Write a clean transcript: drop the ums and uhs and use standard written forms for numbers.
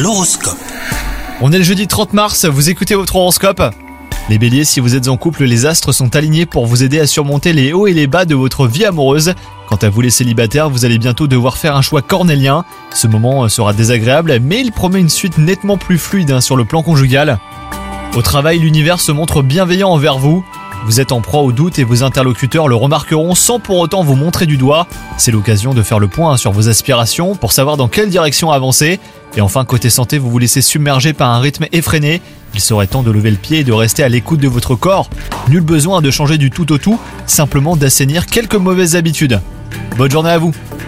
L'horoscope. On est le jeudi 30 mars, vous écoutez votre horoscope. Les béliers, si vous êtes en couple, les astres sont alignés pour vous aider à surmonter les hauts et les bas de votre vie amoureuse. Quant à vous les célibataires, vous allez bientôt devoir faire un choix cornélien. Ce moment sera désagréable, mais il promet une suite nettement plus fluide sur le plan conjugal. Au travail, l'univers se montre bienveillant envers vous. Vous êtes en proie au doute et vos interlocuteurs le remarqueront sans pour autant vous montrer du doigt. C'est l'occasion de faire le point sur vos aspirations pour savoir dans quelle direction avancer. Et enfin, côté santé, vous vous laissez submerger par un rythme effréné. Il serait temps de lever le pied et de rester à l'écoute de votre corps. Nul besoin de changer du tout au tout, simplement d'assainir quelques mauvaises habitudes. Bonne journée à vous!